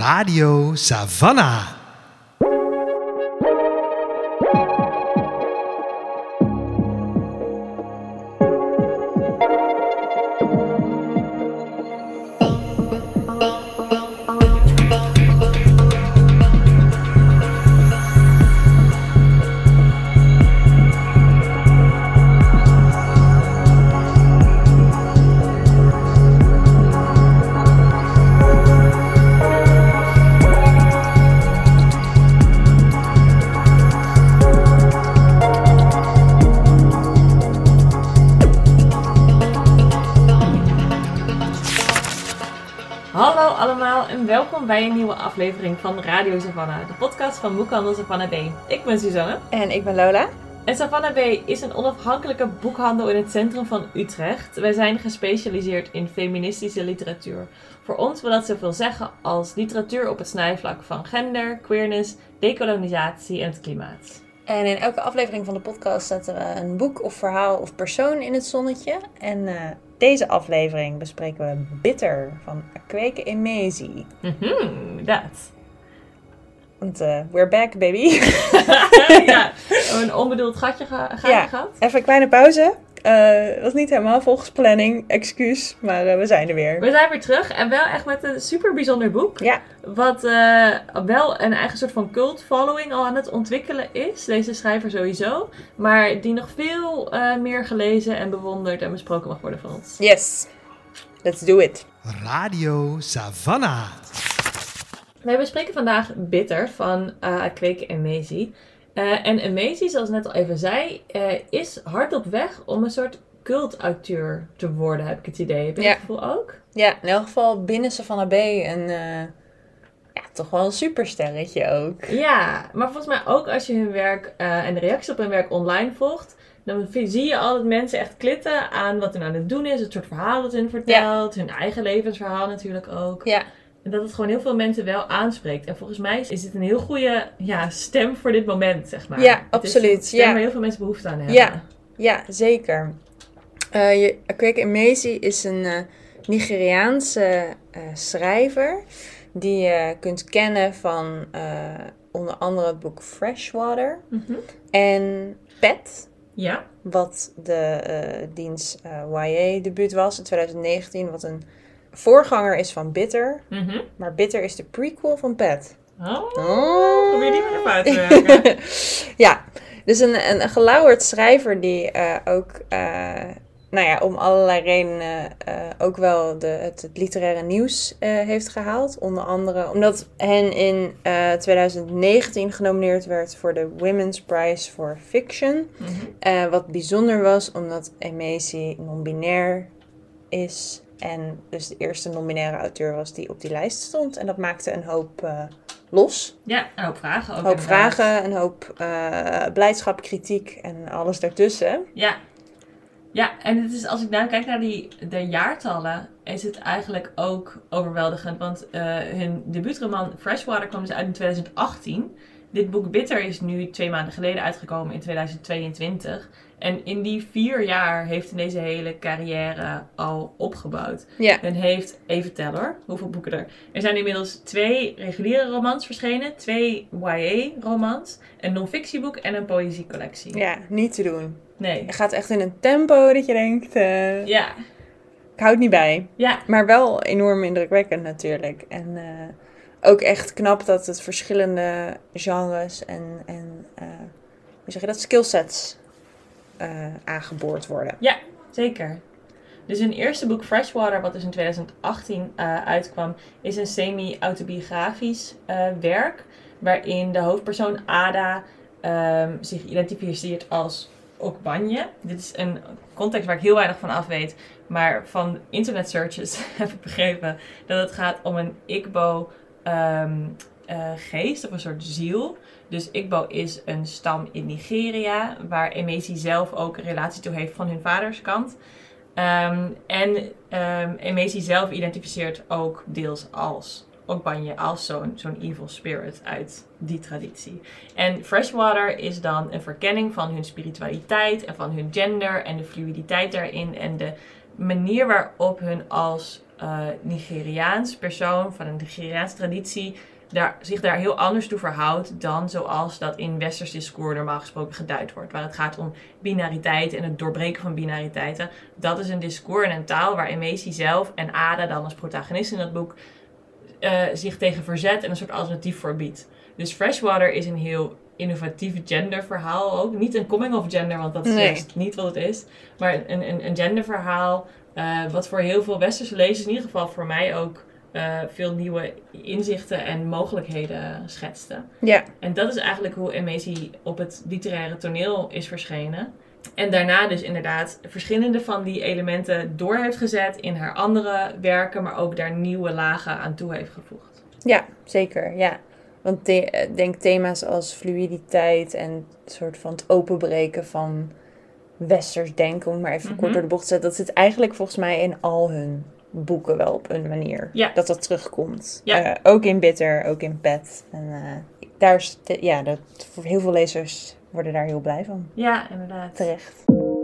Radio Savannah. Hallo allemaal en welkom bij een nieuwe aflevering van Radio Savannah, de podcast van Boekhandel Savannah B. Ik ben Suzanne. En ik ben Lola. En Savannah B is een onafhankelijke boekhandel in het centrum van Utrecht. Wij zijn gespecialiseerd in feministische literatuur. Voor ons wil dat zoveel zeggen als literatuur op het snijvlak van gender, queerness, dekolonisatie en het klimaat. En in elke aflevering van de podcast zetten we een boek of verhaal of persoon in het zonnetje. En deze aflevering bespreken we Bitter van Akwaeke Emezi. Dat. Want we're back, baby. Ja, een onbedoeld gatje gehad. Even een kleine pauze. Was niet helemaal volgens planning, excuus, maar we zijn er weer. We zijn weer terug en wel echt met een super bijzonder boek. Ja. Wat wel een eigen soort van cult following al aan het ontwikkelen is. Deze schrijver sowieso. Maar die nog veel meer gelezen en bewonderd en besproken mag worden van ons. Yes. Let's do it. Radio Savannah. Wij bespreken vandaag Bitter van Akwaeke Emezi. En Emezi, zoals ik net al even zei, is hard op weg om een soort cultauteur te worden, heb ik het idee. Heb je het gevoel ook? Ja, in elk geval binnen Savannah B een toch wel een supersterretje ook. Ja, maar volgens mij ook als je hun werk en de reacties op hun werk online volgt, dan zie je altijd mensen echt klitten aan wat hun aan het doen is, het soort verhaal dat hun vertelt, hun eigen levensverhaal natuurlijk ook. Ja. En dat het gewoon heel veel mensen wel aanspreekt. En volgens mij is dit een heel goede stem voor dit moment, zeg maar. Ja, absoluut. Het is een stem waar heel veel mensen behoefte aan hebben. Ja, zeker. Akwaeke Emezi is een Nigeriaanse schrijver die je kunt kennen van onder andere het boek Freshwater en Pet. Ja. Wat diens YA-debuut was in 2019, wat een voorganger is van Bitter. Maar Bitter is de prequel van Pet. Probeer die maar naar buiten te werken. Ja, dus een gelauwerd schrijver die ook om allerlei redenen ook wel het literaire nieuws heeft gehaald. Onder andere omdat hen in 2019 genomineerd werd voor de Women's Prize for Fiction. Wat bijzonder was, omdat Emezi non-binair is. En dus de eerste non-binaire auteur was die op die lijst stond. En dat maakte een hoop los. Ja, een hoop vragen ook. Een hoop vragen, een hoop blijdschap, kritiek en alles daartussen. Ja, en het is, als ik nou kijk naar de jaartallen, is het eigenlijk ook overweldigend. Want hun debuutroman Freshwater kwam dus uit in 2018. Dit boek Bitter is nu 2 maanden geleden uitgekomen in 2022. En in die 4 jaar heeft hij deze hele carrière al opgebouwd. Ja. En heeft, even tellen hoor, hoeveel boeken er. Er zijn inmiddels 2 reguliere romans verschenen, 2 YA-romans, een non-fictieboek en een poëziecollectie. Ja, niet te doen. Nee. Het gaat echt in een tempo dat je denkt, ja. Ik hou het niet bij. Ja. Maar wel enorm indrukwekkend natuurlijk. En ook echt knap dat het verschillende genres en hoe zeg je dat, skillsets aangeboord worden. Ja, zeker. Dus hun eerste boek Freshwater, wat dus in 2018 uitkwam, is een semi-autobiografisch werk. Waarin de hoofdpersoon Ada zich identificeert als Ogbanje. Dit is een context waar ik heel weinig van af weet. Maar van internet searches heb ik begrepen dat het gaat om een Igbo geest of een soort ziel. Dus Igbo is een stam in Nigeria, waar Emezi zelf ook een relatie toe heeft van hun vaderskant. Emezi zelf identificeert ook deels als Ogbanje, als zo'n evil spirit uit die traditie. En Freshwater is dan een verkenning van hun spiritualiteit en van hun gender en de fluiditeit daarin en de manier waarop hun als Nigeriaans persoon van een Nigeriaanse traditie zich daar heel anders toe verhoudt dan zoals dat in westers discours normaal gesproken geduid wordt. Waar het gaat om binariteit en het doorbreken van binariteiten. Dat is een discours en een taal waar Emesi zelf en Ada dan als protagonist in dat boek zich tegen verzet en een soort alternatief voor biedt. Dus Freshwater is een heel innovatief genderverhaal ook. Niet een coming of gender, want dat is juist niet wat het is. Maar een genderverhaal wat voor heel veel westerse lezers, in ieder geval voor mij ook, veel nieuwe inzichten en mogelijkheden schetste. Ja. En dat is eigenlijk hoe Emesi op het literaire toneel is verschenen. En daarna dus inderdaad verschillende van die elementen door heeft gezet in haar andere werken, maar ook daar nieuwe lagen aan toe heeft gevoegd. Ja, zeker. Ja. Want denk thema's als fluiditeit en een soort van het openbreken van westers denken, om maar even kort door de bocht te zetten. Dat zit eigenlijk volgens mij in al hun boeken wel op een manier. Ja. Dat terugkomt. Ja. Ook in Bitter, ook in Pet. En daar is voor heel veel lezers worden daar heel blij van. Ja, inderdaad. Terecht.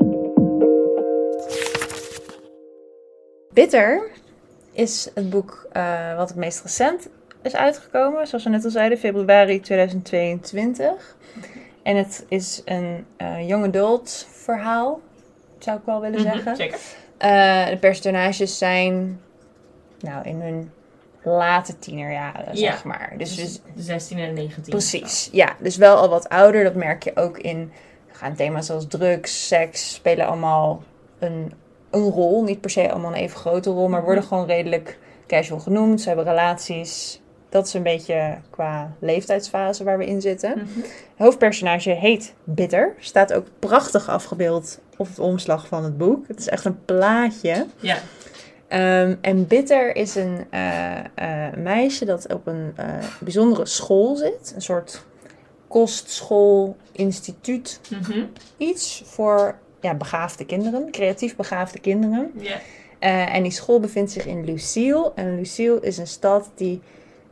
Bitter is het boek wat het meest recent is uitgekomen. Zoals we net al zeiden, februari 2022. En het is een young adult verhaal, zou ik wel willen zeggen. Zeker. De personages zijn in hun late tienerjaren, zeg maar. Dus de 16 en 19. Precies, ja. Dus wel al wat ouder. Dat merk je ook in gaan thema's zoals drugs, seks, spelen allemaal een rol. Niet per se allemaal een even grote rol, maar worden gewoon redelijk casual genoemd. Ze hebben relaties. Dat is een beetje qua leeftijdsfase waar we in zitten. Het hoofdpersonage heet Bitter. Staat ook prachtig afgebeeld op het omslag van het boek. Het is echt een plaatje. Ja. En Bitter is een meisje dat op een bijzondere school zit. Een soort kostschool, instituut. Iets voor begaafde kinderen. Creatief begaafde kinderen. Yeah. En die school bevindt zich in Lucille. En Lucille is een stad die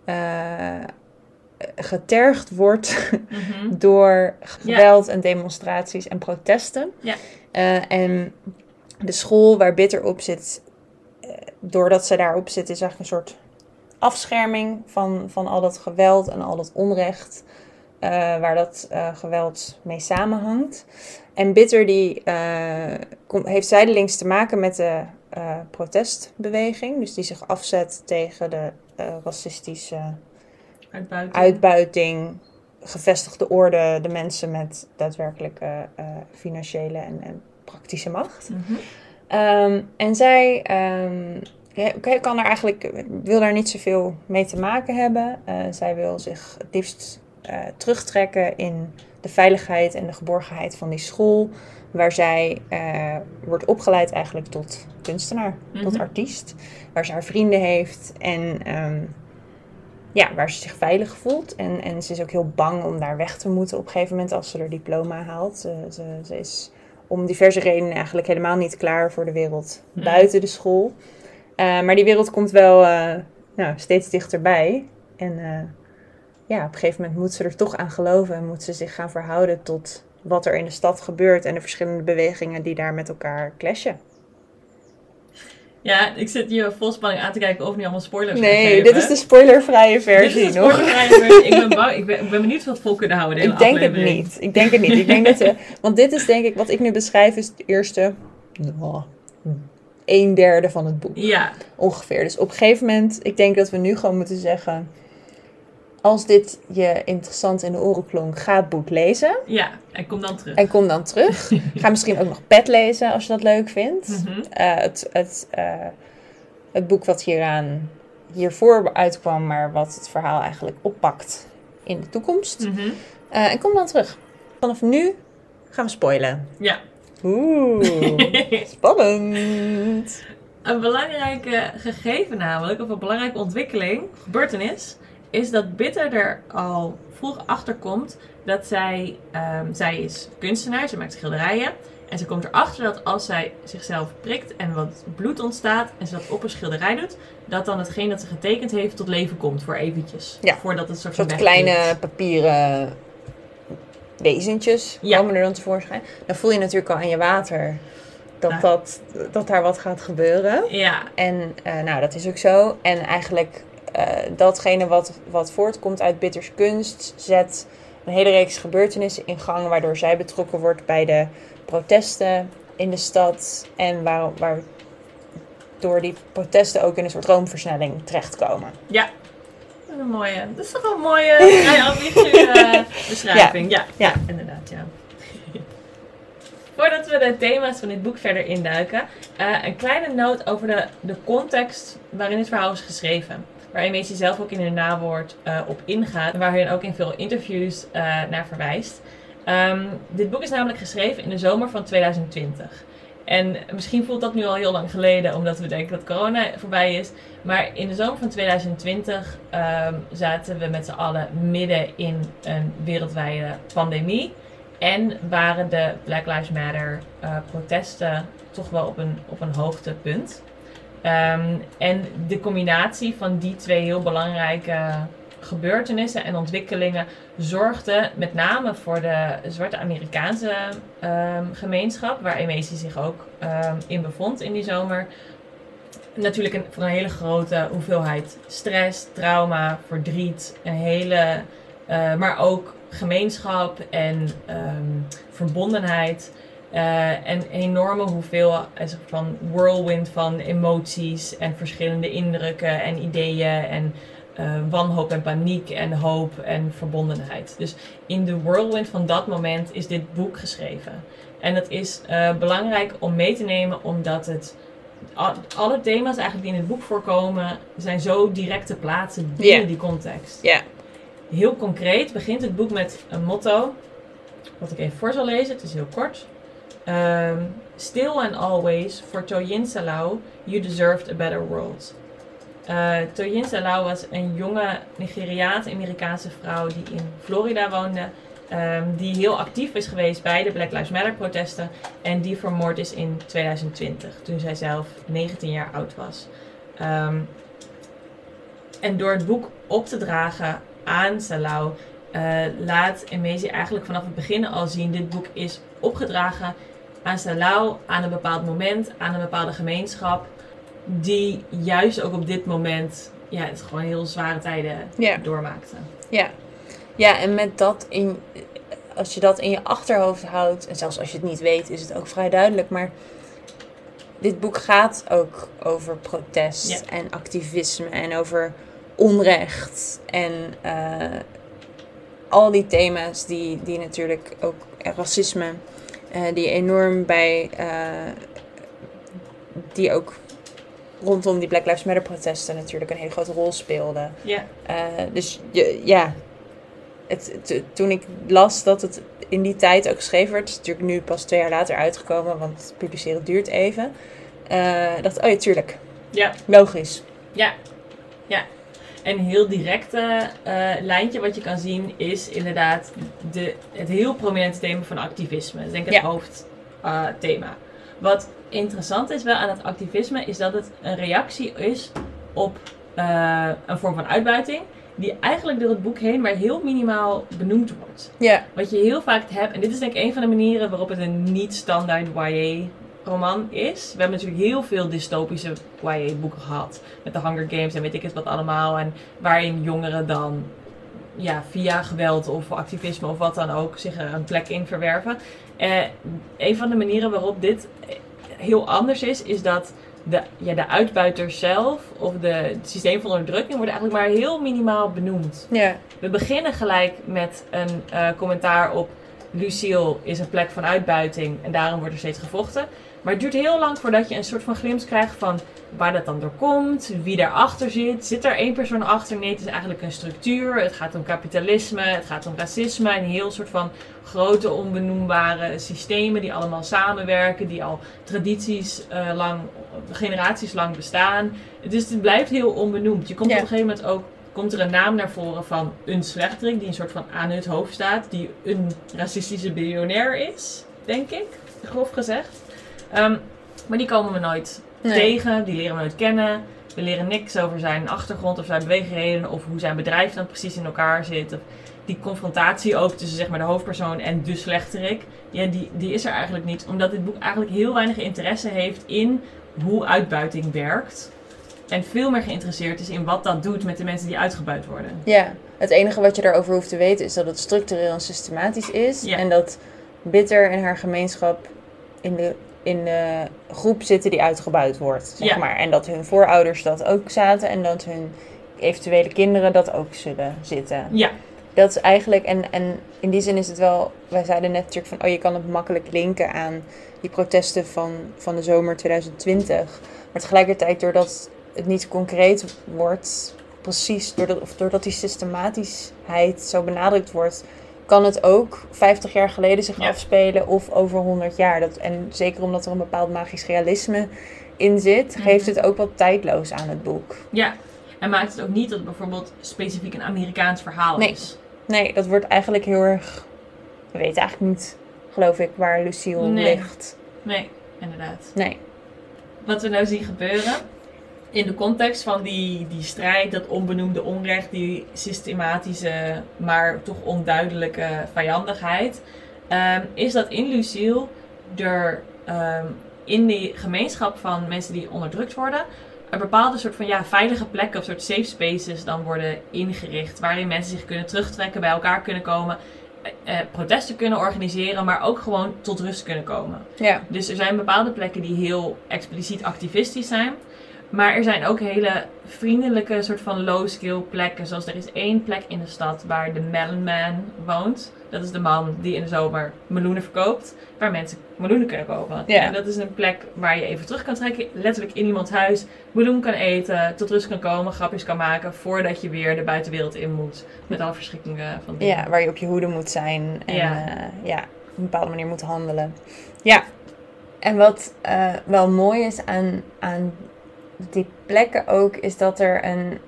getergd wordt door geweld en demonstraties en protesten. En de school waar Bitter op zit, doordat ze daarop zit, is eigenlijk een soort afscherming van al dat geweld en al dat onrecht waar dat geweld mee samenhangt. En Bitter die heeft zijdelings te maken met de protestbeweging, dus die zich afzet tegen de racistische uitbuiting, gevestigde orde, de mensen met daadwerkelijke financiële en praktische macht. En zij wil daar niet zoveel mee te maken hebben. Zij wil zich het liefst terugtrekken in de veiligheid en de geborgenheid van die school, waar zij wordt opgeleid eigenlijk tot kunstenaar, tot artiest. Waar ze haar vrienden heeft en waar ze zich veilig voelt. En ze is ook heel bang om daar weg te moeten op een gegeven moment als ze haar diploma haalt. Ze is om diverse redenen eigenlijk helemaal niet klaar voor de wereld buiten de school. Maar die wereld komt wel steeds dichterbij. En op een gegeven moment moet ze er toch aan geloven en moet ze zich gaan verhouden tot wat er in de stad gebeurt en de verschillende bewegingen die daar met elkaar clashen. Ja, ik zit hier vol spanning aan te kijken of niet allemaal spoilers Nee, dit is de spoilervrije versie dit is de spoilervrije versie. Ik ben benieuwd wat vol kunnen houden. Ik denk het niet. Ik denk dat want dit is denk ik, wat ik nu beschrijf, is de eerste 1/3 van het boek. Ja. Ongeveer. Dus op een gegeven moment, ik denk dat we nu gewoon moeten zeggen, als dit je interessant in de oren klonk, ga het boek lezen. Ja, en kom dan terug. Ga misschien ook nog Pet lezen als je dat leuk vindt. Het boek wat hiervoor uitkwam, maar wat het verhaal eigenlijk oppakt in de toekomst. En kom dan terug. Vanaf nu gaan we spoilen. Ja. Spannend. Een belangrijke gegeven namelijk, of een belangrijke ontwikkeling, gebeurtenis, is dat Bitter er al vroeg achter komt dat zij is kunstenaar, ze maakt schilderijen. En ze komt erachter dat als zij zichzelf prikt en wat bloed ontstaat en ze dat op een schilderij doet, dat dan hetgeen dat ze getekend heeft tot leven komt voor eventjes. Ja, voordat het soort kleine papieren wezentjes komen er dan tevoorschijn. Dan voel je natuurlijk al aan je water dat daar wat gaat gebeuren. Ja. En dat is ook zo. En eigenlijk datgene wat voortkomt uit Bitters kunst zet een hele reeks gebeurtenissen in gang, waardoor zij betrokken wordt bij de protesten in de stad. En waardoor die protesten ook in een soort roomversnelling terechtkomen. Ja. Dat is toch wel een mooie, vrij ambiguë beschrijving. Ja, inderdaad, ja. Voordat we de thema's van dit boek verder induiken, een kleine noot over de context waarin het verhaal is geschreven. Waar Macy zelf ook in hun nawoord op ingaat. En waar hij ook in veel interviews naar verwijst. Dit boek is namelijk geschreven in de zomer van 2020. En misschien voelt dat nu al heel lang geleden, omdat we denken dat corona voorbij is. Maar in de zomer van 2020 zaten we met z'n allen midden in een wereldwijde pandemie. En waren de Black Lives Matter protesten toch wel op een hoogtepunt. En de combinatie van die twee heel belangrijke gebeurtenissen en ontwikkelingen zorgde met name voor de zwarte Amerikaanse gemeenschap, waar Macy zich ook in bevond in die zomer. Natuurlijk voor een hele grote hoeveelheid stress, trauma, verdriet, maar ook gemeenschap en verbondenheid. En een enorme hoeveelheid van whirlwind van emoties en verschillende indrukken en ideeën en wanhoop en paniek en hoop en verbondenheid. Dus in de whirlwind van dat moment is dit boek geschreven. En dat is belangrijk om mee te nemen, omdat alle thema's eigenlijk die in het boek voorkomen zijn zo direct te plaatsen binnen die context. Ja. Heel concreet begint het boek met een motto, wat ik even voor zal lezen, het is heel kort. Still and always, for Toyin Salau, you deserved a better world. Toyin Salau was een jonge Nigeriaanse-Amerikaanse vrouw die in Florida woonde. Die heel actief is geweest bij de Black Lives Matter protesten. En die vermoord is in 2020, toen zij zelf 19 jaar oud was. En door het boek op te dragen aan Salau, laat Macy eigenlijk vanaf het begin al zien, dit boek is opgedragen aan Salau, aan een bepaald moment, aan een bepaalde gemeenschap, die juist ook op dit moment het gewoon heel zware tijden doormaakte. Ja, en met dat als je dat in je achterhoofd houdt, en zelfs als je het niet weet, is het ook vrij duidelijk, maar dit boek gaat ook over protest en activisme en over onrecht en al die thema's die natuurlijk ook racisme, die enorm die ook rondom die Black Lives Matter protesten natuurlijk een hele grote rol speelden. Ja. Dus toen ik las dat het in die tijd ook geschreven werd, is natuurlijk nu pas 2 jaar later uitgekomen, want het publiceren duurt even. Dacht ik, tuurlijk. Ja. Logisch. Ja. Een heel directe lijntje wat je kan zien is inderdaad het heel prominente thema van activisme. Dat is denk ik het hoofdthema. Wat interessant is wel aan het activisme is dat het een reactie is op een vorm van uitbuiting die eigenlijk door het boek heen maar heel minimaal benoemd wordt. Ja. Wat je heel vaak hebt, en dit is denk ik een van de manieren waarop het een niet standaard YA-roman is. We hebben natuurlijk heel veel dystopische YA-boeken gehad. Met de Hunger Games en weet ik het wat allemaal. En waarin jongeren dan via geweld of activisme of wat dan ook zich er een plek in verwerven. Een van de manieren waarop dit heel anders is dat de uitbuiters zelf of het systeem van onderdrukking wordt eigenlijk maar heel minimaal benoemd. Ja. We beginnen gelijk met een commentaar op Lucille is een plek van uitbuiting en daarom wordt er steeds gevochten. Maar het duurt heel lang voordat je een soort van glimp krijgt van waar dat dan door komt, wie daarachter zit. Zit er één persoon achter? Nee, het is eigenlijk een structuur. Het gaat om kapitalisme, het gaat om racisme. Een heel soort van grote onbenoembare systemen die allemaal samenwerken, die al generaties lang bestaan. Dus het blijft heel onbenoemd. Je komt op een gegeven moment ook, komt er een naam naar voren van een slechterik die een soort van aan het hoofd staat, die een racistische biljonair is, denk ik, grof gezegd. Maar die komen we nooit tegen, die leren we nooit kennen. We leren niks over zijn achtergrond of zijn beweegredenen of hoe zijn bedrijf dan precies in elkaar zit. Of die confrontatie ook tussen zeg maar de hoofdpersoon en de slechterik, die is er eigenlijk niet. Omdat dit boek eigenlijk heel weinig interesse heeft in hoe uitbuiting werkt. En veel meer geïnteresseerd is in wat dat doet met de mensen die uitgebuit worden. Ja, het enige wat je daarover hoeft te weten is dat het structureel en systematisch is. Ja. En dat Bitter en haar gemeenschap in de groep zitten die uitgebuit wordt, zeg maar. En dat hun voorouders dat ook zaten en dat hun eventuele kinderen dat ook zullen zitten. Ja. Dat is eigenlijk, en in die zin is het wel, wij zeiden net natuurlijk van, je kan het makkelijk linken aan die protesten van de zomer 2020. Maar tegelijkertijd, doordat het niet concreet wordt, precies, doordat die systematischheid zo benadrukt wordt, kan het ook 50 jaar geleden zich afspelen of over 100 jaar. En zeker omdat er een bepaald magisch realisme in zit, geeft het ook wat tijdloos aan het boek. Ja, en maakt het ook niet dat het bijvoorbeeld specifiek een Amerikaans verhaal is. Nee, dat wordt eigenlijk heel erg... We weten eigenlijk niet, geloof ik, waar Lucille ligt. Nee, inderdaad. Nee. Wat we nou zien gebeuren, in de context van die strijd, dat onbenoemde onrecht, die systematische, maar toch onduidelijke vijandigheid, is dat in Lucille er in die gemeenschap van mensen die onderdrukt worden, een bepaalde soort van veilige plekken of soort safe spaces dan worden ingericht, waarin mensen zich kunnen terugtrekken, bij elkaar kunnen komen, protesten kunnen organiseren, maar ook gewoon tot rust kunnen komen. Ja. Dus er zijn bepaalde plekken die heel expliciet activistisch zijn. Maar er zijn ook hele vriendelijke soort van low-skill plekken. Zoals er is 1 plek in de stad waar de Melon Man woont. Dat is de man die in de zomer meloenen verkoopt. Waar mensen meloenen kunnen kopen. Ja. En dat is een plek waar je even terug kan trekken. Letterlijk in iemands huis. Meloen kan eten. Tot rust kan komen. Grapjes kan maken. Voordat je weer de buitenwereld in moet. Met alle verschrikkingen van dingen. Ja, waar je op je hoede moet zijn. En op een bepaalde manier moet handelen. Ja. En wat wel mooi is aan die plekken ook, is dat er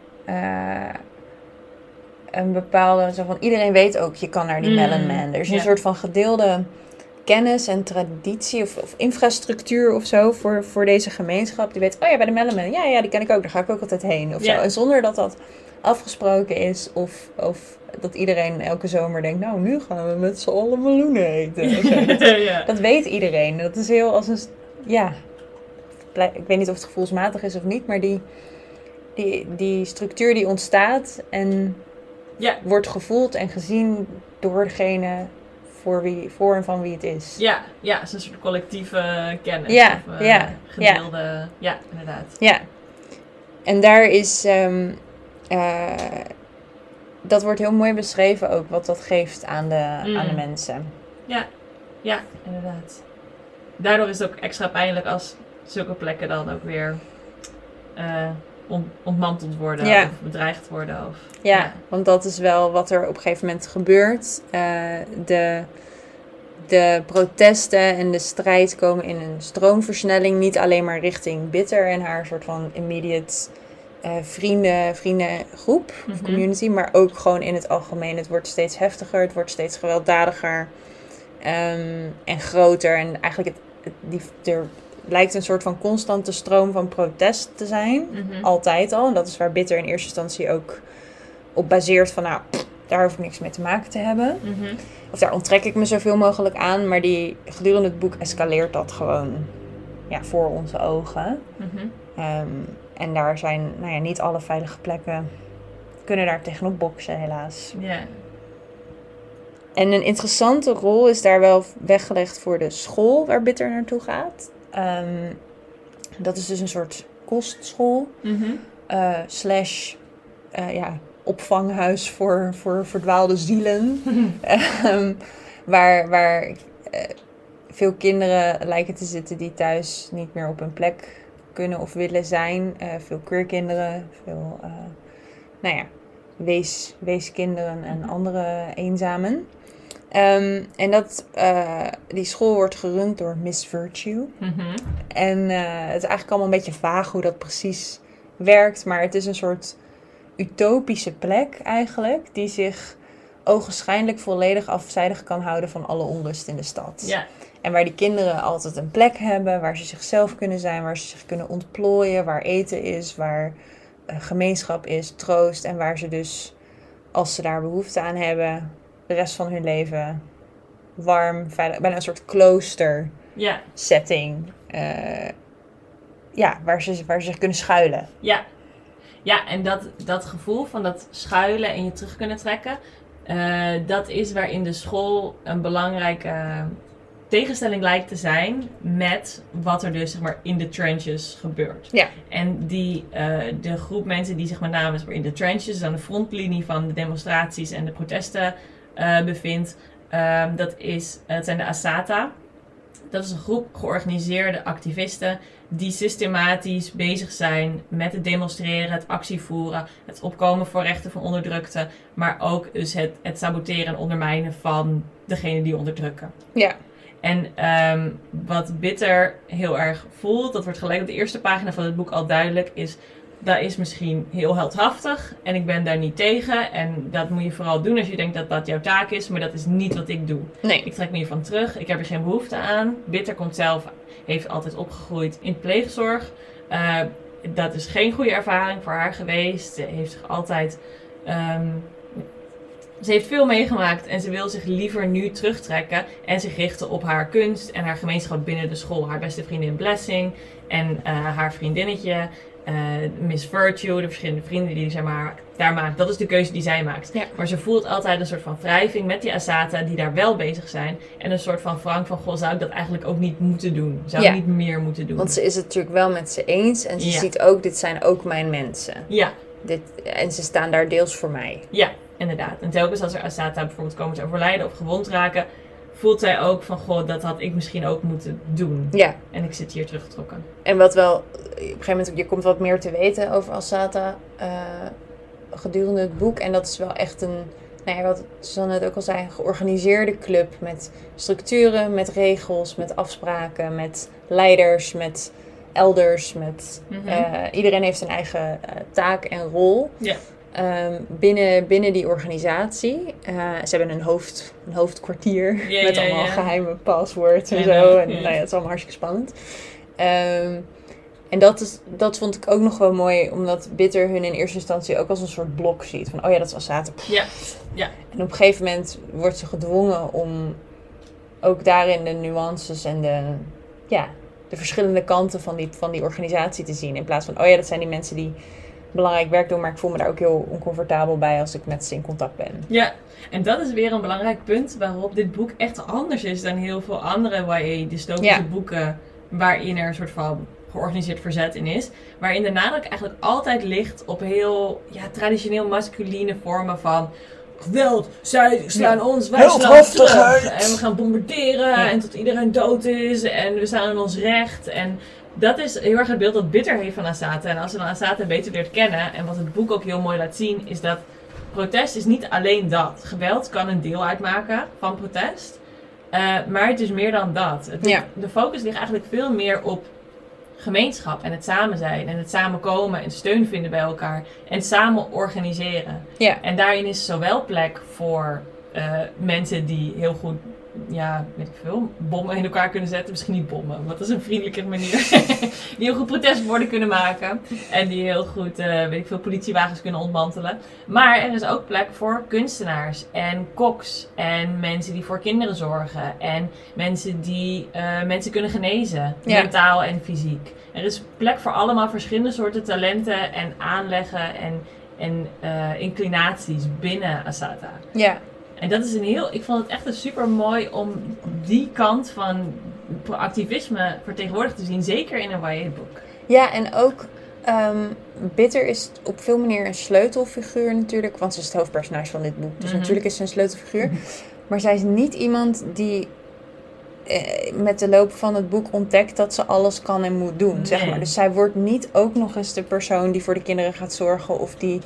een bepaalde, zo van iedereen weet ook, je kan naar die Melon Man. Er is een soort van gedeelde kennis en traditie of infrastructuur of zo voor deze gemeenschap. Die weet, bij de Melon Man, ja, die ken ik ook, daar ga ik ook altijd heen. Of zo. En zonder dat dat afgesproken is of dat iedereen elke zomer denkt, nou, nu gaan we met z'n allen meloenen eten. Dat weet iedereen. Dat is heel als een... Ja, ik weet niet of het gevoelsmatig is of niet, maar die structuur die ontstaat en wordt gevoeld en gezien door degene voor en van wie het is. Ja, het is een soort collectieve kennis. Ja, of gedeelde... Ja, inderdaad. Ja. En daar is... dat wordt heel mooi beschreven ook, wat dat geeft aan de mensen. Ja, inderdaad. Daardoor is het ook extra pijnlijk als zulke plekken dan ook weer ontmanteld worden of bedreigd worden. Want dat is wel wat er op een gegeven moment gebeurt. De protesten en de strijd komen in een stroomversnelling. Niet alleen maar richting Bitter en haar soort van immediate vriendengroep of community. Maar ook gewoon in het algemeen. Het wordt steeds heftiger, het wordt steeds gewelddadiger en groter. En eigenlijk er lijkt een soort van constante stroom van protest te zijn. Altijd al. En dat is waar Bitter in eerste instantie ook op baseert van, daar hoef ik niks mee te maken te hebben. Of daar onttrek ik me zoveel mogelijk aan. Maar gedurende het boek escaleert dat gewoon voor onze ogen. En daar zijn, niet alle veilige plekken kunnen daar tegenop boksen, helaas. En een interessante rol is daar wel weggelegd voor de school waar Bitter naartoe gaat. Dat is dus een soort kostschool. / opvanghuis voor verdwaalde zielen. Waar veel kinderen lijken te zitten die thuis niet meer op hun plek kunnen of willen zijn. Veel queerkinderen, veel weeskinderen en andere eenzamen. En die school wordt gerund door Miss Virtue. En het is eigenlijk allemaal een beetje vaag hoe dat precies werkt. Maar het is een soort utopische plek eigenlijk. Die zich ogenschijnlijk volledig afzijdig kan houden van alle onrust in de stad. En waar die kinderen altijd een plek hebben, waar ze zichzelf kunnen zijn, waar ze zich kunnen ontplooien, waar eten is, waar gemeenschap is, troost. En waar ze dus, als ze daar behoefte aan hebben, de rest van hun leven warm, veilig, bijna een soort klooster setting. Waar ze zich kunnen schuilen. Ja, en dat gevoel van dat schuilen en je terug kunnen trekken, dat is waarin de school een belangrijke tegenstelling lijkt te zijn met wat er dus zeg maar in de trenches gebeurt. Ja. En de groep mensen die zich met name zeg maar, in de trenches, dus aan de frontlinie van de demonstraties en de protesten bevindt, dat zijn de Asata. Dat is een groep georganiseerde activisten die systematisch bezig zijn met het demonstreren, het actievoeren, het opkomen voor rechten van onderdrukten, maar ook dus het saboteren en ondermijnen van degene die onderdrukken. Ja. En wat Bitter heel erg voelt, dat wordt gelijk op de eerste pagina van het boek al duidelijk, is dat is misschien heel heldhaftig en ik ben daar niet tegen. En dat moet je vooral doen als je denkt dat dat jouw taak is, maar dat is niet wat ik doe. Nee. Ik trek me hiervan terug, ik heb er geen behoefte aan. Bitter heeft altijd opgegroeid in pleegzorg. Dat is geen goede ervaring voor haar geweest. Ze heeft zich altijd... Ze heeft veel meegemaakt en ze wil zich liever nu terugtrekken en zich richten op haar kunst en haar gemeenschap binnen de school. Haar beste vriendin Blessing en haar vriendinnetje Miss Virtue, de verschillende vrienden die zij daar maakt. Dat is de keuze die zij maakt. Ja. Maar ze voelt altijd een soort van wrijving met die Asata die daar wel bezig zijn. En een soort van wrang van, goh, zou ik dat eigenlijk ook niet moeten doen? Zou ik niet meer moeten doen? Want ze is het natuurlijk wel met ze eens en ze ziet ook, dit zijn ook mijn mensen. Ja. En ze staan daar deels voor mij. Ja, inderdaad. En telkens als er Asata bijvoorbeeld komen te overlijden of gewond raken, voelt zij ook van, goh, dat had ik misschien ook moeten doen. Ja. En ik zit hier teruggetrokken. En wat wel, op een gegeven moment, je komt wat meer te weten over Asata gedurende het boek. En dat is wel echt wat Suzanne net ook al zei, een georganiseerde club met structuren, met regels, met afspraken, met leiders, met elders, met iedereen heeft zijn eigen taak en rol. Ja. Binnen die organisatie. Ze hebben een hoofdkwartier met allemaal geheime passwords en zo. En het is allemaal hartstikke spannend. En dat vond ik ook nog wel mooi, omdat Bitter hun in eerste instantie ook als een soort blok ziet. Van, oh ja, dat is Asata. Ja. En op een gegeven moment wordt ze gedwongen om ook daarin de nuances en de verschillende kanten van die organisatie te zien. In plaats van, oh ja, dat zijn die mensen die belangrijk werk doen, maar ik voel me daar ook heel oncomfortabel bij als ik met ze in contact ben. Ja, en dat is weer een belangrijk punt waarop dit boek echt anders is dan heel veel andere YA-dystopische boeken waarin er een soort van georganiseerd verzet in is. Waarin de nadruk eigenlijk altijd ligt op heel traditioneel masculine vormen van geweld, zij slaan ons, wij slaan terug. En we gaan bombarderen en tot iedereen dood is en we staan in ons recht. En dat is heel erg het beeld dat Bitter heeft van Asata. En als ze dan Asata beter leert kennen, en wat het boek ook heel mooi laat zien, is dat protest is niet alleen dat. Geweld kan een deel uitmaken van protest. Maar het is meer dan dat. De focus ligt eigenlijk veel meer op gemeenschap en het samen zijn en het samenkomen en steun vinden bij elkaar en samen organiseren. Ja. En daarin is zowel plek voor mensen die heel goed, weet ik veel, bommen in elkaar kunnen zetten. Misschien niet bommen, want dat is een vriendelijke manier. Die heel goed protestborden kunnen maken. En die heel goed, politiewagens kunnen ontmantelen. Maar er is ook plek voor kunstenaars en koks. En mensen die voor kinderen zorgen. En mensen die mensen kunnen genezen. Ja. Mentaal en fysiek. Er is plek voor allemaal verschillende soorten talenten en aanleggen en inclinaties binnen Asata. Ja. En dat is ik vond het echt super mooi om die kant van activisme vertegenwoordigd te zien. Zeker in een YA-boek. Ja, en ook Bitter is op veel manieren een sleutelfiguur natuurlijk. Want ze is het hoofdpersonage van dit boek. Dus natuurlijk is ze een sleutelfiguur. Maar zij is niet iemand die met de loop van het boek ontdekt dat ze alles kan en moet doen. Nee. Zeg maar. Dus zij wordt niet ook nog eens de persoon die voor de kinderen gaat zorgen of die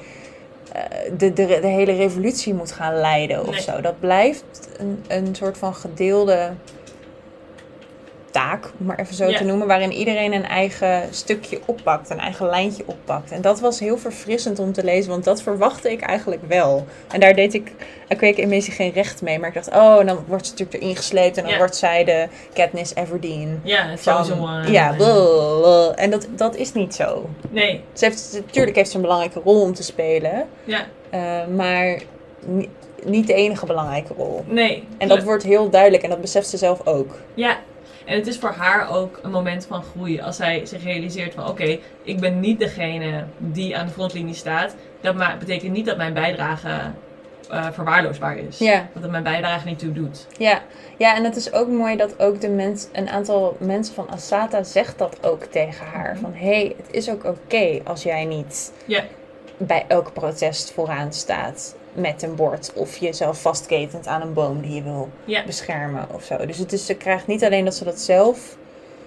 de hele revolutie moet gaan leiden of zo. Dat blijft een soort van gedeelde taak, om maar even zo Ja. te noemen, waarin iedereen een eigen stukje oppakt, een eigen lijntje oppakt. En dat was heel verfrissend om te lezen, want dat verwachtte ik eigenlijk wel. En daar deed ik in Maisie geen recht mee, maar ik dacht, en dan wordt ze natuurlijk erin gesleept en dan Ja. wordt zij de Katniss Everdeen. Ja, het Chosen One. Ja, blablabla. En dat is niet zo. Nee, Natuurlijk heeft ze een belangrijke rol om te spelen, ja, maar niet de enige belangrijke rol. nee. En dat wordt heel duidelijk en dat beseft ze zelf ook. Ja, en het is voor haar ook een moment van groei. Als zij zich realiseert van oké, ik ben niet degene die aan de frontlinie staat. Dat betekent niet dat mijn bijdrage verwaarloosbaar is. Ja. Dat het mijn bijdrage niet toe doet. Ja, en het is ook mooi dat ook een aantal mensen van Asata zegt dat ook tegen haar. Van, hey, het is ook oké als jij niet Ja, bij elk protest vooraan staat met een bord. Of jezelf vastketent aan een boom die je wil ja, beschermen of zo. Dus ze krijgt niet alleen dat ze dat zelf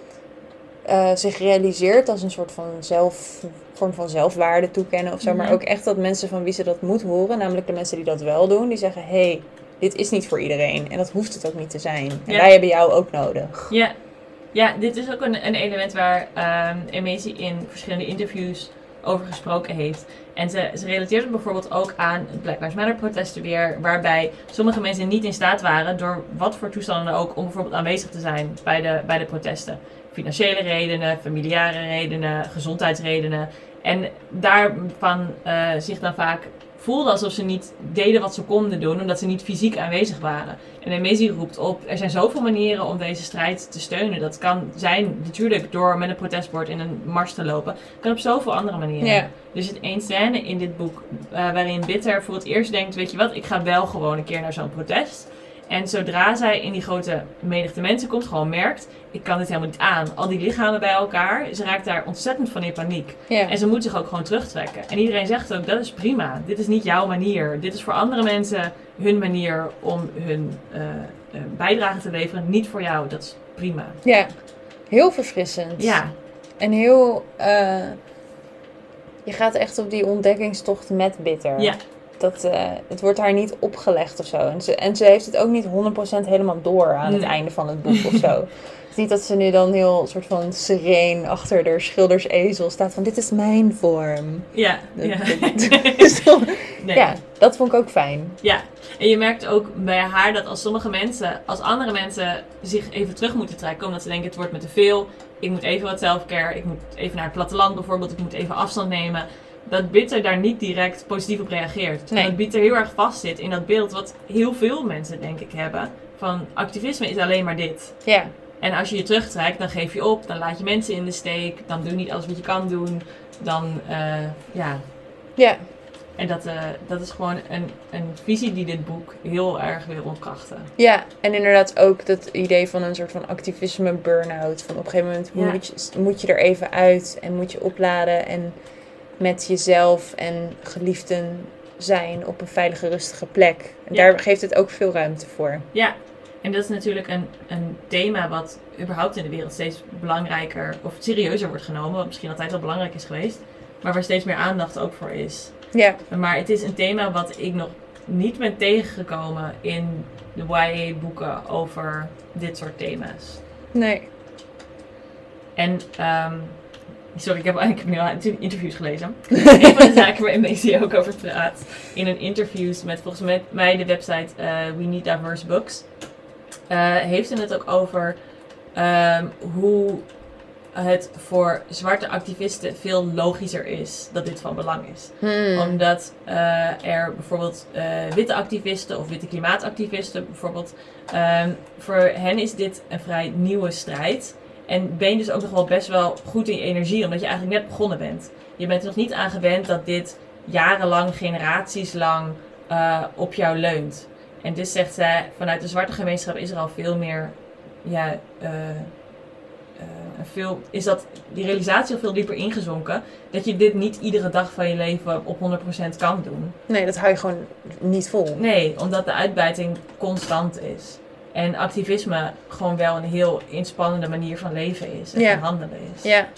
zich realiseert als een soort van vorm van zelfwaarde toekennen of zo. Maar ook echt dat mensen van wie ze dat moet horen, namelijk de mensen die dat wel doen, die zeggen, hey, dit is niet voor iedereen. En dat hoeft het ook niet te zijn. En Ja. wij hebben jou ook nodig. ja. Ja, dit is ook een element waar Maisie in verschillende interviews over gesproken heeft. En ze relateert het bijvoorbeeld ook aan het Black Lives Matter protesten weer, waarbij sommige mensen niet in staat waren, door wat voor toestanden ook, om bijvoorbeeld aanwezig te zijn bij de protesten. Financiële redenen, familiare redenen, gezondheidsredenen. En daarvan zich dan vaak voelde alsof ze niet deden wat ze konden doen, omdat ze niet fysiek aanwezig waren. En Maisie roept op, er zijn zoveel manieren om deze strijd te steunen. Dat kan zijn, natuurlijk, door met een protestbord in een mars te lopen. Kan op zoveel andere manieren. Ja. Er zit één scène in dit boek waarin Bitter voor het eerst denkt, weet je wat, ik ga wel gewoon een keer naar zo'n protest. En zodra zij in die grote menigte mensen komt, gewoon merkt, ik kan dit helemaal niet aan. Al die lichamen bij elkaar, ze raakt daar ontzettend van in paniek. Ja. En ze moet zich ook gewoon terugtrekken. En iedereen zegt ook, dat is prima. Dit is niet jouw manier. Dit is voor andere mensen hun manier om hun bijdrage te leveren. Niet voor jou. Dat is prima. Ja, heel verfrissend. Ja, En heel... je gaat echt op die ontdekkingstocht met Bitter. ja, Het wordt haar niet opgelegd of zo. En ze heeft het ook niet 100% helemaal door aan het Nee. einde van het boek of zo. Het is niet dat ze nu dan heel soort van sereen achter de schildersezel staat van, dit is mijn vorm. ja. Ja. Dus dan- Nee. Ja, dat vond ik ook fijn. Ja, en je merkt ook bij haar dat als andere mensen zich even terug moeten trekken, omdat ze denken het wordt me te veel, ik moet even wat selfcare, ik moet even naar het platteland bijvoorbeeld, ik moet even afstand nemen, dat Bitter daar niet direct positief op reageert. Nee. Dat Bitter heel erg vastzit in dat beeld wat heel veel mensen denk ik hebben, van activisme is alleen maar dit. Ja, En als je je terugtrekt, dan geef je op, dan laat je mensen in de steek, dan doe je niet alles wat je kan doen, dan ja... ja, En dat is gewoon een visie die dit boek heel erg wil ontkrachten. ja. En inderdaad ook dat idee van een soort van activisme burn-out. Van op een gegeven moment moet je er even uit en moet je opladen en met jezelf en geliefden zijn op een veilige, rustige plek. En Ja. daar geeft het ook veel ruimte voor. Ja, en dat is natuurlijk een thema wat überhaupt in de wereld steeds belangrijker of serieuzer wordt genomen. Wat misschien altijd al belangrijk is geweest. Maar waar steeds meer aandacht ook voor is. Ja, Maar het is een thema wat ik nog niet ben tegengekomen in de YA-boeken over dit soort thema's. nee. En, sorry, ik heb nu al interviews gelezen. Een van de zaken waar Maisie ook over praat in een interviews met volgens mij de website We Need Diverse Books, heeft ze het ook over hoe het voor zwarte activisten veel logischer is dat dit van belang is. Omdat er bijvoorbeeld witte activisten of witte klimaatactivisten bijvoorbeeld, voor hen is dit een vrij nieuwe strijd. En ben je dus ook nog wel best wel goed in je energie, omdat je eigenlijk net begonnen bent. Je bent er nog niet aan gewend dat dit jarenlang, generaties lang op jou leunt. En dus zegt zij, vanuit de zwarte gemeenschap is er al veel meer, is die realisatie al veel dieper ingezonken. Dat je dit niet iedere dag van je leven op 100% kan doen. Nee, dat hou je gewoon niet vol. Nee, omdat de uitbuiting constant is. En activisme gewoon wel een heel inspannende manier van leven is. En Ja. van handelen is. Ja.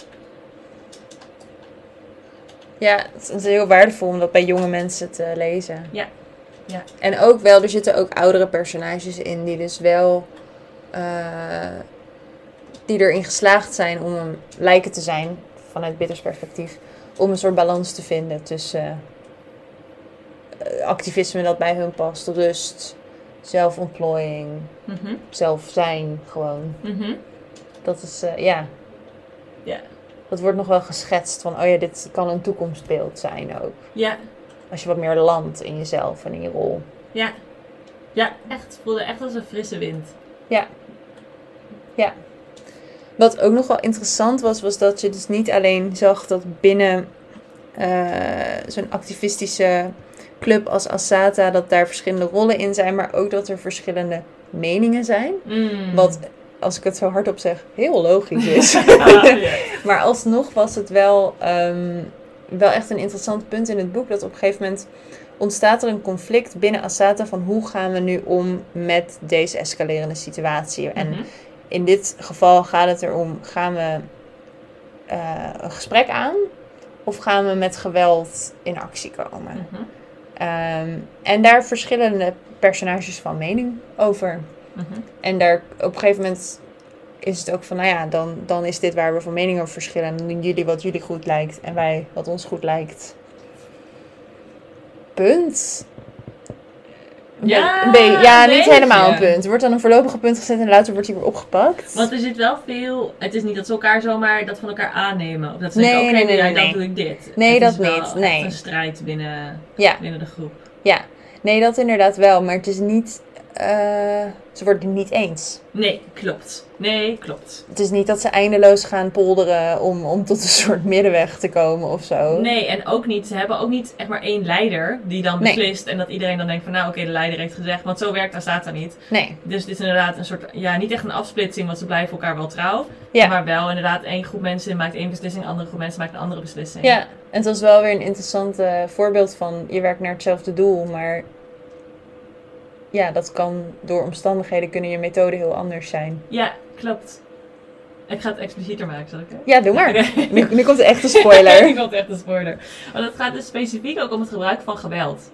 Ja, het is heel waardevol om dat bij jonge mensen te lezen. Ja. Ja. En ook wel, er zitten ook oudere personages in die dus wel die erin geslaagd zijn om lijken te zijn, vanuit Bitters perspectief, om een soort balans te vinden tussen activisme dat bij hun past, rust, zelfontplooiing, zelf zijn gewoon. Dat is, Ja. Dat wordt nog wel geschetst van, dit kan een toekomstbeeld zijn ook. Ja. Als je wat meer landt in jezelf en in je rol. Ja. Ja, echt. Het voelde echt als een frisse wind. Ja. Ja. Wat ook nog wel interessant was dat je dus niet alleen zag dat binnen zo'n activistische club als Asata, dat daar verschillende rollen in zijn, maar ook dat er verschillende meningen zijn. Wat, als ik het zo hardop zeg, heel logisch is. Maar alsnog was het wel echt een interessant punt in het boek, dat op een gegeven moment ontstaat er een conflict binnen Asata van hoe gaan we nu om met deze escalerende situatie. En in dit geval gaat het erom, gaan we een gesprek aan of gaan we met geweld in actie komen? En daar verschillende personages van mening over. En daar op een gegeven moment is het ook van, dan is dit waar we van mening over verschillen. En dan doen jullie wat jullie goed lijkt en wij wat ons goed lijkt. Punt. Niet helemaal een punt. Er wordt dan een voorlopige punt gezet en later wordt hij weer opgepakt. Want er zit wel veel... Het is niet dat ze elkaar zomaar dat van elkaar aannemen. Of dat ze denken, dan doe ik dit. Nee, het dat is niet. Wel echt een strijd binnen de groep. Ja, nee, dat inderdaad wel. Maar het is niet... ze worden het niet eens. Nee, klopt. Het is niet dat ze eindeloos gaan polderen om tot een soort middenweg te komen of zo. Nee, en ook niet, ze hebben ook niet echt maar één leider die dan beslist. En dat iedereen dan denkt van de leider heeft gezegd. Want zo werkt Asata niet. Nee. Dus dit is inderdaad een soort, niet echt een afsplitsing, want ze blijven elkaar wel trouw. Ja. Maar wel inderdaad, één groep mensen maakt één beslissing, andere groep mensen maakt een andere beslissing. Ja, en het was wel weer een interessant voorbeeld van, je werkt naar hetzelfde doel, maar... Ja, dat kan door omstandigheden kunnen je methode heel anders zijn. Ja, klopt. Ik ga het explicieter maken, zal ik? Ja, doe maar. Okay. Nu komt de echte spoiler. Nu komt echt een spoiler. Want het gaat dus specifiek ook om het gebruik van geweld.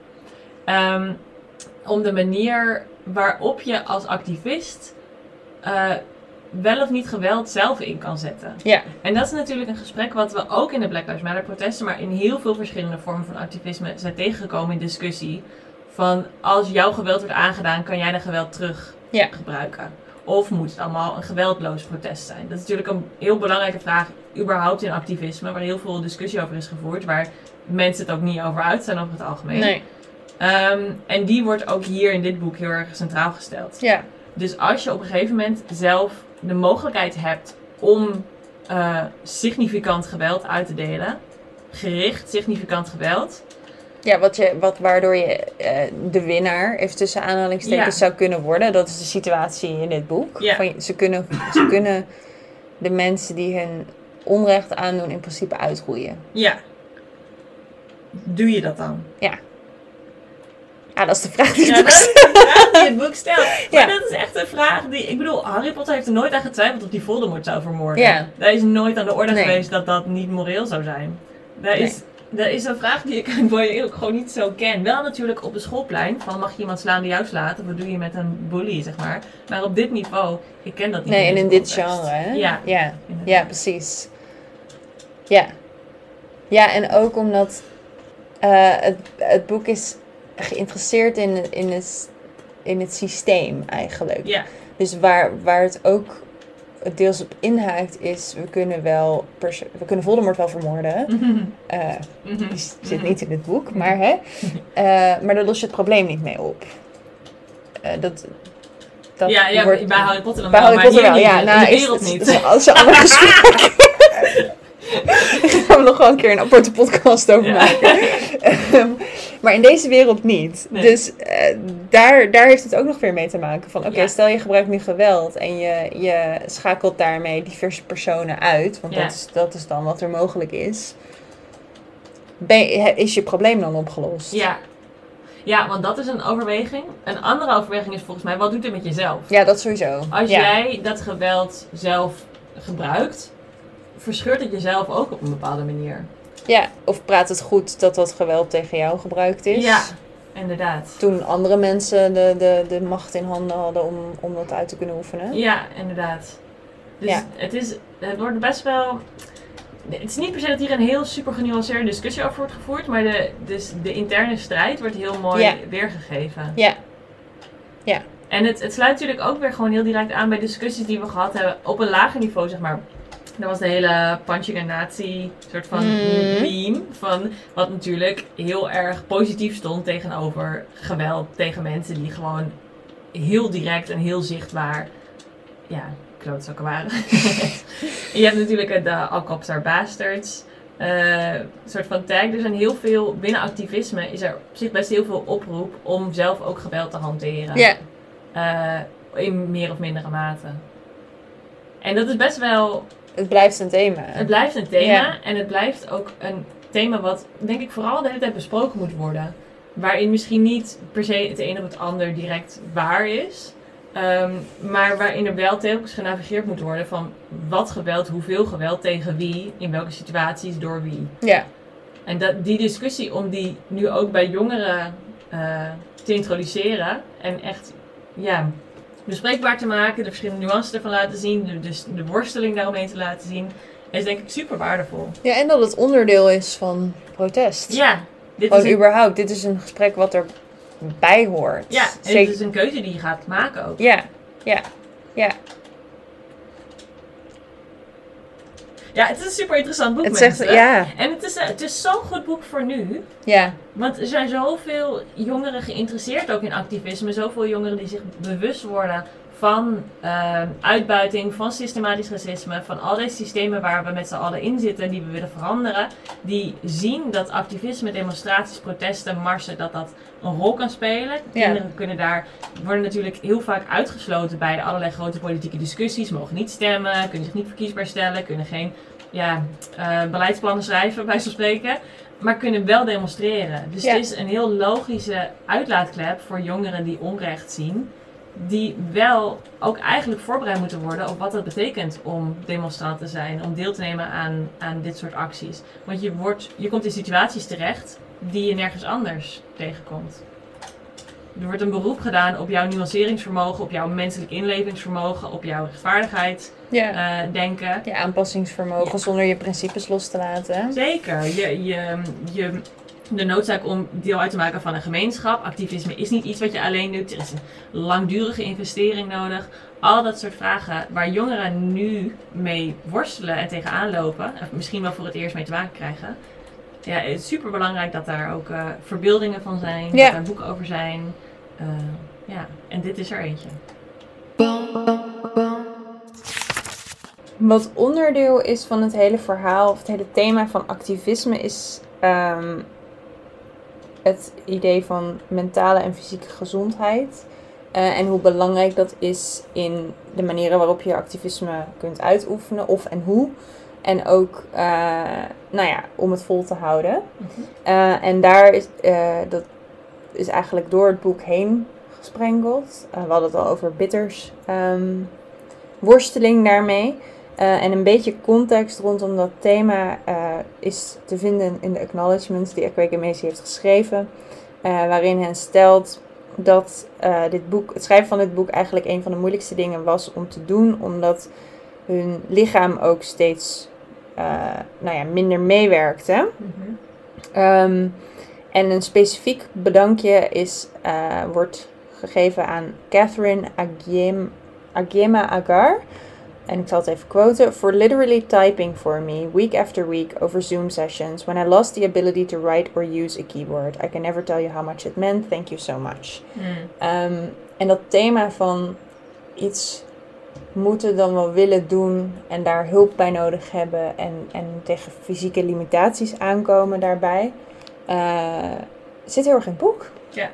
Om de manier waarop je als activist wel of niet geweld zelf in kan zetten. Ja. En dat is natuurlijk een gesprek wat we ook in de Black Lives Matter protesten, maar in heel veel verschillende vormen van activisme zijn tegengekomen in discussie. Van als jouw geweld wordt aangedaan, kan jij de geweld terug gebruiken? Of moet het allemaal een geweldloos protest zijn? Dat is natuurlijk een heel belangrijke vraag, überhaupt in activisme, waar heel veel discussie over is gevoerd, waar mensen het ook niet over uit zijn over het algemeen. Nee. En die wordt ook hier in dit boek heel erg centraal gesteld. Ja. Dus als je op een gegeven moment zelf de mogelijkheid hebt om significant geweld uit te delen, gericht significant geweld. Ja, waardoor je de winnaar, even tussen aanhalingstekens, zou kunnen worden. Dat is de situatie in dit boek. Ja. Ze kunnen de mensen die hun onrecht aandoen in principe uitroeien. Ja. Doe je dat dan? Ja. Ja, dat is de vraag die het boek stelt. Maar dat is echt een vraag die... Ik bedoel, Harry Potter heeft er nooit aan getwijfeld of die Voldemort zou vermoorden. Ja. Daar is nooit aan de orde geweest dat dat niet moreel zou zijn. Dat is een vraag die ik ook gewoon niet zo ken. Wel natuurlijk op een schoolplein. Van mag je iemand slaan die jou slaat? Of wat doe je met een bully, zeg maar. Maar op dit niveau, ik ken dat niet. Nee, en in dit genre, hè? Ja, precies. Ja. Ja, en ook omdat het boek is geïnteresseerd in het systeem eigenlijk. Ja. Dus waar het ook deels op inhaakt is, we kunnen Voldemort wel vermoorden. Die zit niet in het boek, maar maar daar los je het probleem niet mee op. Bij Harry Potter dan bij wel, Harry Potter wel, niet, ja. in de wereld niet. Dat is een ander gesprek. Daar gaan we nog gewoon een keer een aparte podcast over maken. Maar in deze wereld niet. Nee. Dus daar heeft het ook nog weer mee te maken. Van stel je gebruikt nu geweld en je schakelt daarmee diverse personen uit. Want dat is dan wat er mogelijk is. Is je probleem dan opgelost? Ja, want dat is een overweging. Een andere overweging is volgens mij, wat doet het met jezelf? Ja, dat sowieso. Als jij dat geweld zelf gebruikt, verscheurt het jezelf ook op een bepaalde manier. Ja, of praat het goed dat geweld tegen jou gebruikt is? Ja, inderdaad. Toen andere mensen de macht in handen hadden om dat uit te kunnen oefenen. Ja, inderdaad. Dus het wordt best wel... Het is niet per se dat hier een heel super genuanceerde discussie over wordt gevoerd, maar de interne strijd wordt heel mooi weergegeven. Ja. Ja. En het sluit natuurlijk ook weer gewoon heel direct aan bij discussies die we gehad hebben op een lager niveau, zeg maar. Dat was de hele punching a nazi soort van meme van wat natuurlijk heel erg positief stond tegenover geweld tegen mensen die gewoon heel direct en heel zichtbaar klootzakken waren. Je hebt natuurlijk de All Cops Are Bastards soort van tag. Er zijn heel veel, binnen activisme is er op zich best heel veel oproep om zelf ook geweld te hanteren. Ja. In meer of mindere mate. En dat is best wel... Het blijft een thema. Het blijft een thema en het blijft ook een thema wat, denk ik, vooral de hele tijd besproken moet worden. Waarin misschien niet per se het een of het ander direct waar is. Maar waarin er wel telkens genavigeerd moet worden van wat geweld, hoeveel geweld tegen wie, in welke situaties, door wie. Ja. En die discussie om die nu ook bij jongeren te introduceren en echt bespreekbaar te maken, de verschillende nuances ervan laten zien, de worsteling daaromheen te laten zien, is denk ik super waardevol. Ja, en dat het onderdeel is van protest. Ja. Überhaupt, dit is een gesprek wat erbij hoort. Ja, en dit is een keuze die je gaat maken ook. Ja. Ja, het is een super interessant boek, En het is zo'n goed boek voor nu. Ja. Want er zijn zoveel jongeren geïnteresseerd ook in activisme. Zoveel jongeren die zich bewust worden van uitbuiting, van systematisch racisme. Van al deze systemen waar we met z'n allen in zitten, die we willen veranderen. Die zien dat activisme, demonstraties, protesten, marsen, dat een rol kan spelen. Kinderen worden natuurlijk heel vaak uitgesloten bij allerlei grote politieke discussies. Mogen niet stemmen, kunnen zich niet verkiesbaar stellen, kunnen geen beleidsplannen schrijven, bij wijze van spreken. Maar kunnen wel demonstreren. Dus het is een heel logische uitlaatklep voor jongeren die onrecht zien. Die wel ook eigenlijk voorbereid moeten worden op wat dat betekent om demonstrant te zijn. Om deel te nemen aan dit soort acties. Want je komt in situaties terecht die je nergens anders tegenkomt. Er wordt een beroep gedaan op jouw nuanceringsvermogen, op jouw menselijk inlevingsvermogen, op jouw rechtvaardigheid denken. Ja, aanpassingsvermogen zonder je principes los te laten. Zeker. De noodzaak om deel uit te maken van een gemeenschap. Activisme is niet iets wat je alleen doet. Er is een langdurige investering nodig. Al dat soort vragen waar jongeren nu mee worstelen en tegenaan lopen. Of misschien wel voor het eerst mee te maken krijgen. Ja, het is super belangrijk dat daar ook verbeeldingen van zijn. Dat daar boeken over zijn. En dit is er eentje. Wat onderdeel is van het hele verhaal, of het hele thema van activisme, is het idee van mentale en fysieke gezondheid. En hoe belangrijk dat is in de manieren waarop je activisme kunt uitoefenen, of en hoe. En ook, om het vol te houden. En daar is, dat is eigenlijk door het boek heen gesprenkeld. We hadden het al over Bitters worsteling daarmee. En een beetje context rondom dat thema is te vinden in de acknowledgements die Akwaeke Emezi heeft geschreven. Waarin hen stelt dat het schrijven van dit boek eigenlijk een van de moeilijkste dingen was om te doen. Omdat hun lichaam ook steeds minder meewerkte. En een specifiek bedankje wordt gegeven aan Catherine Agiema Agar. En ik zal het even quoten. For literally typing for me, week after week, over Zoom sessions, when I lost the ability to write or use a keyboard. I can never tell you how much it meant. Thank you so much. En dat thema van iets moeten dan wel willen doen en daar hulp bij nodig hebben en tegen fysieke limitaties aankomen daarbij, zit heel erg in het boek. Ja.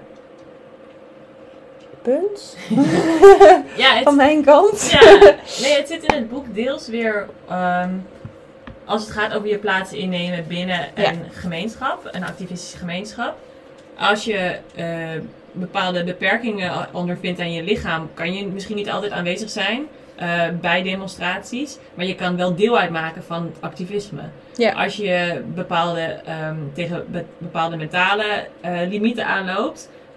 Punt. Van mijn kant. Ja. Nee, het zit in het boek deels weer als het gaat over je plaats innemen binnen een gemeenschap, een activistische gemeenschap. Als je bepaalde beperkingen ondervindt aan je lichaam, kan je misschien niet altijd aanwezig zijn bij demonstraties, maar je kan wel deel uitmaken van activisme. Ja. Als je tegen bepaalde mentale limieten aanloopt,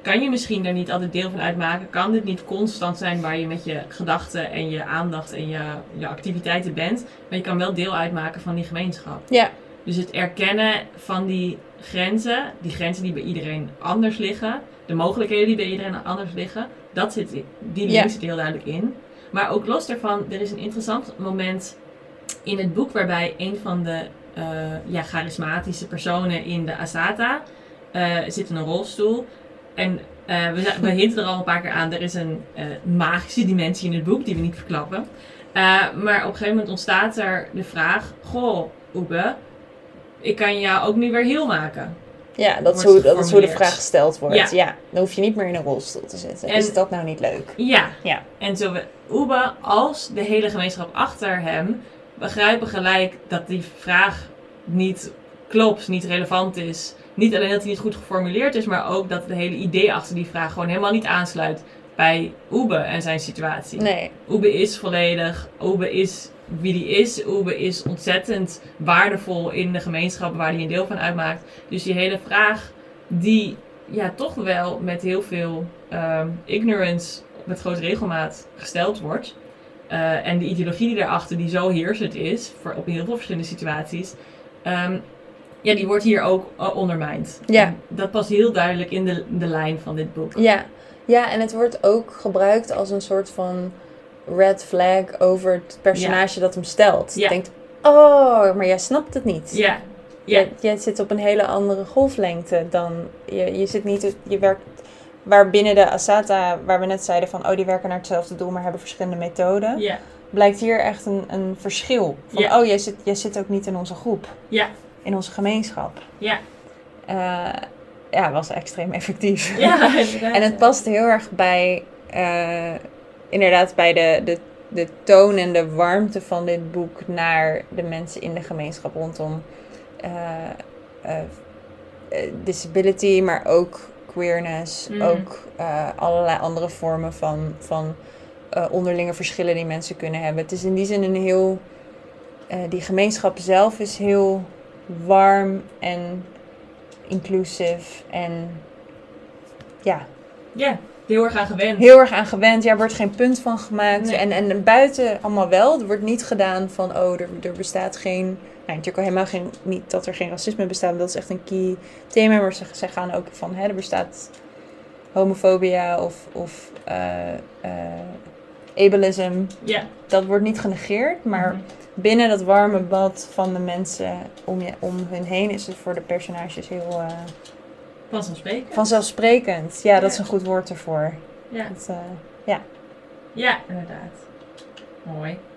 kan je misschien er niet altijd deel van uitmaken. Kan dit niet constant zijn waar je met je gedachten en je aandacht en je activiteiten bent. Maar je kan wel deel uitmaken van die gemeenschap. Ja. Dus het erkennen van die grenzen die bij iedereen anders liggen. De mogelijkheden die bij iedereen anders liggen. Die link zit heel duidelijk in. Maar ook los daarvan, er is een interessant moment in het boek waarbij een van de charismatische personen in de Asata zit in een rolstoel. En we hinten er al een paar keer aan, er is een magische dimensie in het boek die we niet verklappen. Maar op een gegeven moment ontstaat er de vraag, goh, Ube, ik kan jou ook nu weer heel maken. Ja, dat is hoe de vraag gesteld wordt. Ja, dan hoef je niet meer in een rolstoel te zitten. Is dat nou niet leuk? Ja. En zowel Ube als de hele gemeenschap achter hem begrijpen gelijk dat die vraag niet klopt, niet relevant is. Niet alleen dat hij niet goed geformuleerd is, maar ook dat het hele idee achter die vraag gewoon helemaal niet aansluit bij Ube en zijn situatie. Nee. Ube is volledig, Ube is wie die is. Ube is ontzettend waardevol in de gemeenschap waar hij een deel van uitmaakt. Dus die hele vraag die toch wel met heel veel ignorance met grote regelmaat gesteld wordt. En de ideologie die daarachter, die zo heersend is, op heel veel verschillende situaties, die wordt hier ook ondermijnd. Ja. En dat past heel duidelijk in de lijn van dit boek. Ja, en het wordt ook gebruikt als een soort van red flag over het personage dat hem stelt. Je denkt, oh, maar jij snapt het niet. Ja. Jij zit op een hele andere golflengte dan, je zit niet, je werkt, waar binnen de Asata, waar we net zeiden van, die werken naar hetzelfde doel, maar hebben verschillende methoden. Ja. Blijkt hier echt een verschil. Van, jij zit ook niet in onze groep. Ja. In onze gemeenschap. Ja. Was extreem effectief. Ja, inderdaad. En het past heel erg bij, inderdaad, bij de toon en de warmte van dit boek naar de mensen in de gemeenschap rondom disability, maar ook queerness, ook allerlei andere vormen van onderlinge verschillen die mensen kunnen hebben. Het is in die zin een heel, die gemeenschap zelf is heel warm en inclusief en heel erg aan gewend. Heel erg aan gewend. Ja, er wordt geen punt van gemaakt. Nee. En buiten allemaal wel. Er wordt niet gedaan van, er bestaat geen... Nou, natuurlijk al helemaal niet dat er geen racisme bestaat. Dat is echt een key thema. Maar ze gaan ook van, er bestaat homofobia of ableism. Ja. Dat wordt niet genegeerd. Maar binnen dat warme bad van de mensen om hun heen is het voor de personages heel... Vanzelfsprekend. Ja, dat is een goed woord ervoor. Ja. Ja, inderdaad. Mooi. Ja,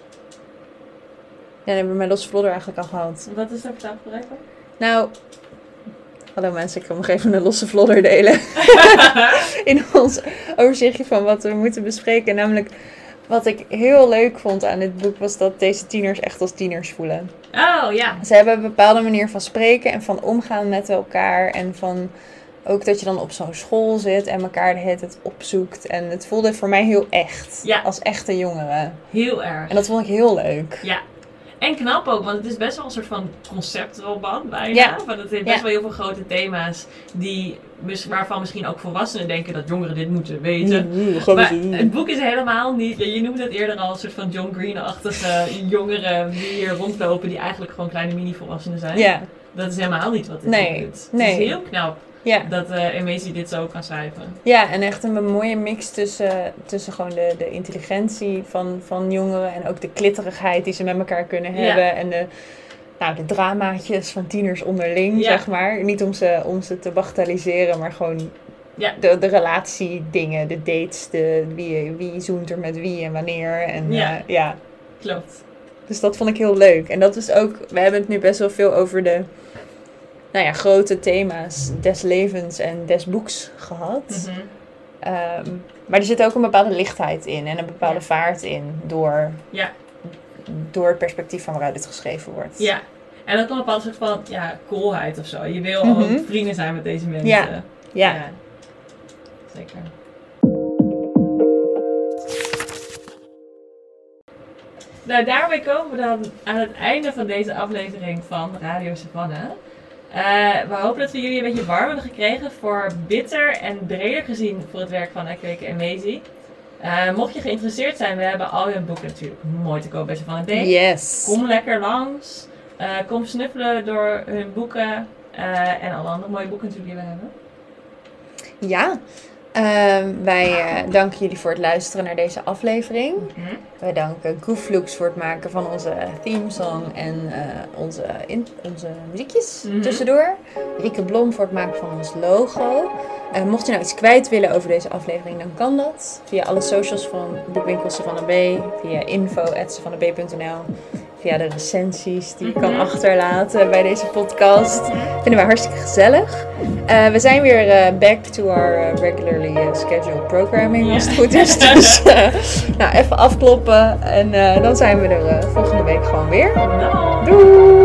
dan hebben we mijn losse vlodder eigenlijk al gehad. Wat is daar vandaag bereikt? Nou, hallo mensen, ik kan nog even een losse vlodder delen. In ons overzichtje van wat we moeten bespreken. Namelijk, wat ik heel leuk vond aan dit boek was dat deze tieners echt als tieners voelen. Oh, ja. Ze hebben een bepaalde manier van spreken en van omgaan met elkaar. En van ook dat je dan op zo'n school zit en elkaar de hele tijd opzoekt. En het voelde voor mij heel echt. Ja. Als echte jongeren. Heel erg. En dat vond ik heel leuk. Ja. En knap ook, want het is best wel een soort van conceptroman bijna. Ja. Want het heeft best wel heel veel grote thema's waarvan misschien ook volwassenen denken dat jongeren dit moeten weten. Maar het boek is helemaal niet, je noemde het eerder al een soort van John Green-achtige jongeren die hier rondlopen die eigenlijk gewoon kleine mini-volwassenen zijn. Ja. Dat is helemaal niet wat dit doet. Nee. Het is heel knap dat Emezi dit zo kan schrijven. Ja, en echt een mooie mix tussen gewoon de intelligentie van jongeren en ook de klitterigheid die ze met elkaar kunnen hebben. En de dramaatjes van tieners onderling, zeg maar. Niet om ze te bagatelliseren, maar gewoon de relatiedingen, de dates, wie zoent er met wie en wanneer. En, Klopt. Dus dat vond ik heel leuk. En dat is ook, we hebben het nu best wel veel over de grote thema's des levens en des boeks gehad. Maar er zit ook een bepaalde lichtheid in en een bepaalde vaart in door het perspectief van waaruit het geschreven wordt. Ja, en ook een bepaalde soort van coolheid of zo. Je wil ook vrienden zijn met deze mensen. Ja. Zeker. Nou, daarmee komen we dan aan het einde van deze aflevering van Radio Savannah. We hopen dat we jullie een beetje warm hebben gekregen voor bitter en breder gezien voor het werk van Ekweke en Maisie. Mocht je geïnteresseerd zijn, we hebben al hun boeken natuurlijk mooi te koop bij Savannah Bay. Yes. Kom lekker langs. Kom snuffelen door hun boeken en alle andere mooie boeken natuurlijk die we hebben. Ja, wij danken jullie voor het luisteren naar deze aflevering. Mhm. Wij danken Gooflux voor het maken van onze themesong en onze muziekjes tussendoor. Rieke Blom voor het maken van ons logo. Mocht je nou iets kwijt willen over deze aflevering, dan kan dat. Via alle socials van Boekwinkel Savannah Bay. Via info@savannahbay.nl. Via de recensies die je kan achterlaten bij deze podcast. Vinden wij hartstikke gezellig. We zijn weer back to our regularly scheduled programming als het goed is. Dus nou, even afkloppen en dan zijn we er volgende week gewoon weer. Nou. Doei!